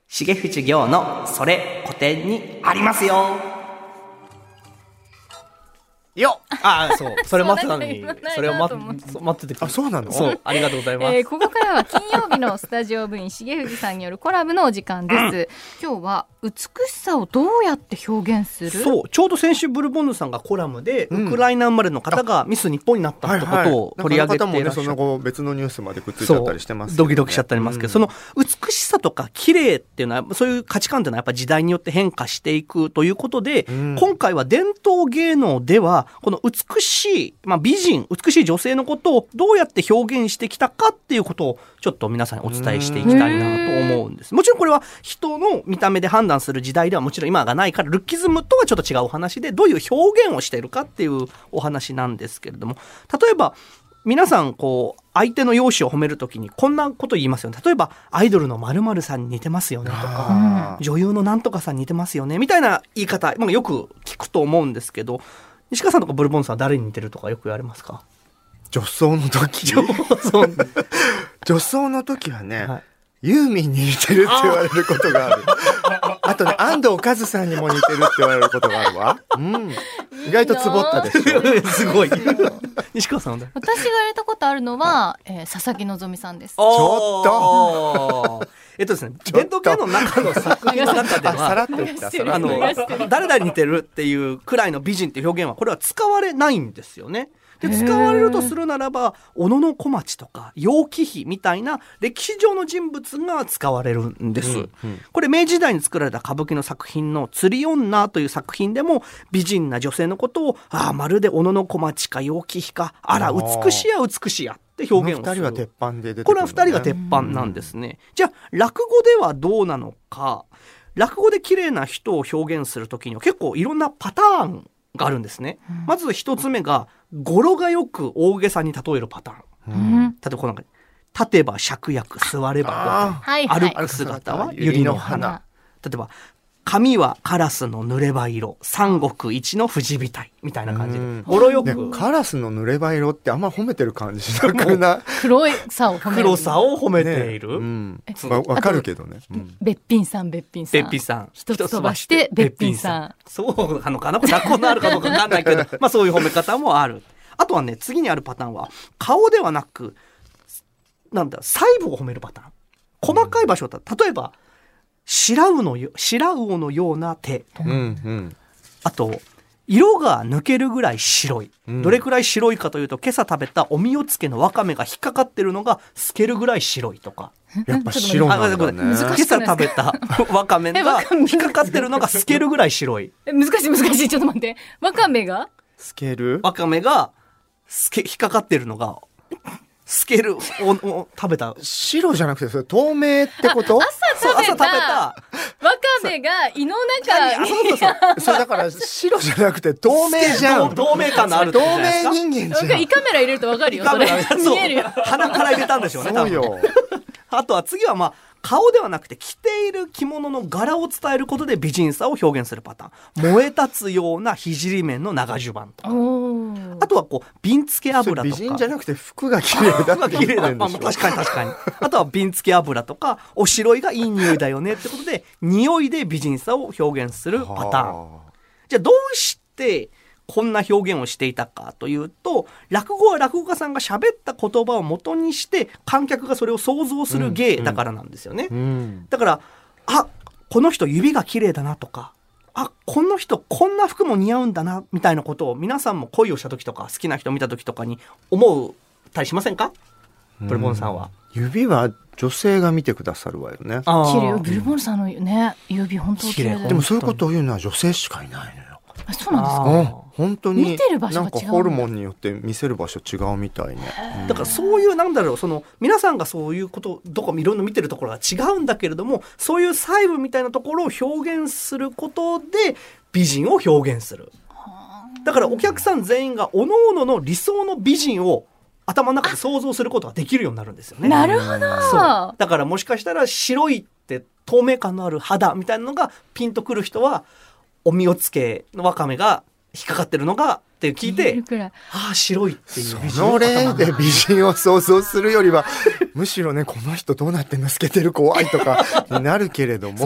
重藤行のそれ古典にありますよ。よっ、そうそれ待ってたのにそれを待っててくれ。 そうなの。 そう、ありがとうございます。 ここからは金曜日のスタジオ部員重藤さんによるコラムのお時間です。今日は美しさをどうやって表現する。 そう、ちょうど先週ブルボンヌさんがコラムで、ウクライナ生まれの方がミス日本になったってことを取り上げていらっしゃる。 その後別のニュースまでくっついちゃったりしてます、ね、 ドキドキしちゃったりますけど、その美しさとか綺麗っていうのはそういう価値観っていうのはやっぱ時代によって変化していくということで、今回は伝統芸能ではこの美しい、美人、美しい女性のことをどうやって表現してきたかっていうことをちょっと皆さんにお伝えしていきたいなと思うんです。もちろんこれは人の見た目で判断する時代ではもちろん今がないから、ルッキズムとはちょっと違うお話でどういう表現をしているかっていうお話なんですけれども、例えば皆さん相手の容姿を褒めるときにこんなこと言いますよね。例えばアイドルの〇〇さんに似てますよねとか、女優のなんとかさんに似てますよねみたいな言い方、よく聞くと思うんですけど、西川さんとかブルボンさんは誰に似てるとかよく言われますか？ 女装の時女装の時はね、ユーミンに似てるって言われることがある。あとね、安藤和さんにも似てるって言われることがあるわ。意外とツボったでしょ。 すごい。西川さんは私がやれたことあるのは、佐々木希さんです。 ちょっとですね、伝統芸能の中の作品の中ではさらっと言った誰々に似てるっていうくらいの美人っていう表現はこれは使われないんですよね。で、使われるとするならば小野小町とか楊貴妃みたいな歴史上の人物が使われるんです、これ明治時代に作られた歌舞伎の作品の釣り女という作品でも美人な女性のことをまるで小野小町か楊貴妃か、あら美しや美しやって表現をする。 この2人は鉄板で出てくる、ね、 これは2人が鉄板なんですね。じゃあ落語ではどうなのか。落語で綺麗な人を表現するときには結構いろんなパターンがあるんですね、まず一つ目が語呂がよく大げさに例えるパターン、例えばこの中に立てば芍薬、座れば歩く姿は百合の花、例えば髪はカラスの濡れ歯色、三国一の富士びたいみたいな感じで語呂よく、 カラスの濡れ歯色ってあんま褒めてる感じしなくない？ 黒さを褒めている、 わかるけどね、 べっぴんさん一つ飛ばしてべっぴんさん、 そうなのかな、学校のあるかどうか分かんないけどそういう褒め方もある。あとはね、次にあるパターンは顔ではなく細部を褒めるパターン。細かい場所だ、例えば白魚のような手とか、あと色が抜けるぐらい白い、どれくらい白いかというと、今朝食べたおみおつけのわかめが引っかかってるのが透けるぐらい白いとか、 やっぱ白なんだね。 今朝食べたわかめが引っかかってるのが透けるぐらい白い。 難しい、ちょっと待って、わかめが透ける、 わかめが引っかかってるのが透けるを食べた。 白じゃなくてそれ透明ってこと？ 朝食べたわかめが胃の中に、 そうだから白じゃなくて透明じゃん。 透明感のあるってことじゃないですか。 透明人間じゃん。 胃カメラ入れるとわかるよ、それ見えるよ。 鼻から入れたんでしょうね、 そうよ。 あとは次は顔ではなくて着ている着物の柄を伝えることで美人さを表現するパターン。燃え立つような聖面の長襦袢とか、あとは瓶付け油とか。 美人じゃなくて服が綺麗だって言ってるんでしょ。 確かにあとは瓶付け油とかおしろいがいい匂いだよねってことで匂いで美人さを表現するパターン。じゃあどうしてこんな表現をしていたかというと、落語は落語家さんが喋った言葉を元にして観客がそれを想像する芸だからなんですよね、だからこの人指が綺麗だなとか、この人こんな服も似合うんだなみたいなことを皆さんも恋をした時とか好きな人見た時とかに思ったりしませんか？ブルボンさんは。 指は女性が見てくださるわよね。 綺麗よ、ブルボンさんのね指本当綺麗だよ。 でもそういうことを言うのは女性しかいないのよ。 そうなんですか。 本当に見てる場所が違う。 なんかホルモンによって見せる場所違うみたいね、 だからそういう皆さんがそういうことどこもいろんな見てるところが違うんだけれども、そういう細部みたいなところを表現することで美人を表現する。だからお客さん全員が各々の理想の美人を頭の中で想像することができるようになるんですよね。 なるほど。 そうだからもしかしたら白いって透明感のある肌みたいなのがピンとくる人は、おみおつけのわかめが引っかかってるのがって聞いて、ああ白いっていう。 その例で美人を想像するよりはむしろね、この人どうなってんの、透けてる怖いとかになるけれども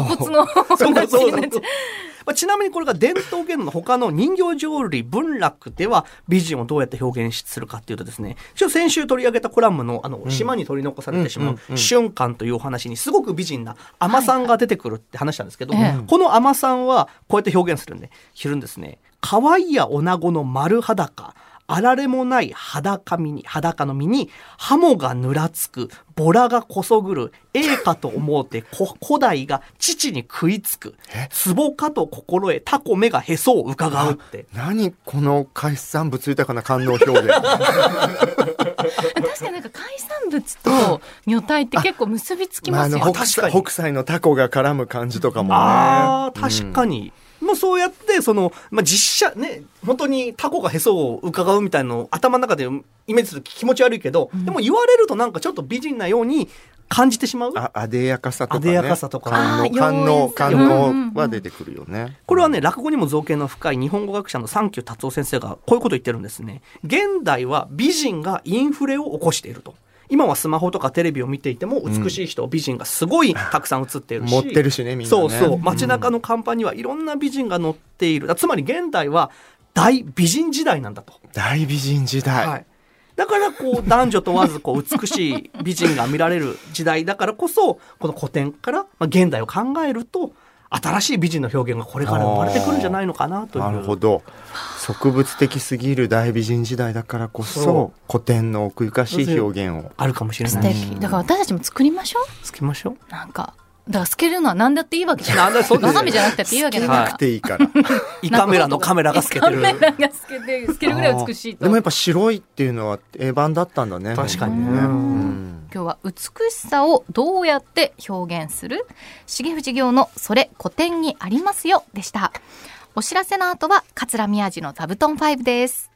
ちなみにこれが伝統芸能の他の人形浄瑠璃文楽では美人をどうやって表現するかっていうとですね、先週取り上げたコラムの島に取り残されてしまう瞬間というお話にすごく美人な海女さんが出てくるって話したんですけど、この海女さんはこうやって表現するんですね。可愛いや女子の丸裸、あられもない裸の身にハモがぬらつく、ボラがこそぐる、かと思うて古代が父に食いつく、壺かと心得タコ目がへそを伺うって。 何この海産物豊かな官能表現確かになんか海産物と女体って結構結びつきますよね。 北斎のタコが絡む感じとかもね。 確かに。もうそうやって実写ね、本当にタコがへそを伺うみたいなのを頭の中でイメージする気持ち悪いけど、でも言われるとなんかちょっと美人なように感じてしまう。 あでやかさとかね。 あでやかさとか。 官能は出てくるよね。 これはね、落語にも造形の深い日本語学者の三九達夫先生がこういうことを言ってるんですね。現代は美人がインフレを起こしていると。今はスマホとかテレビを見ていても美しい人、美人がすごいたくさん映っているし、 持ってるしね、みんなね。 そう街中の看板にはいろんな美人が載っている。つまり現代は大美人時代なんだと。 大美人時代、 はい、だから男女問わず美しい美人が見られる時代だからこそ、この古典から現代を考えると新しい美人の表現がこれから生まれてくるんじゃないのかなという。 なるほど。植物的すぎる大美人時代だからこそ古典の奥ゆかしい表現をあるかもしれない。 素敵だから私たちも作りましょう。 作りましょう。 なんかだから透けるのは何だっていいわけじゃない。中身じゃなくていいわけだから。 透けなくていいから。 胃カメラのカメラが透けてる。 カメラが透けるぐらい美しいと。 でもやっぱ白いっていうのは定番だったんだね。 確かにね。 今日は美しさをどうやって表現する、重藤行のそれ古典にありますよでした。お知らせの後は桂宮治の座布団5です。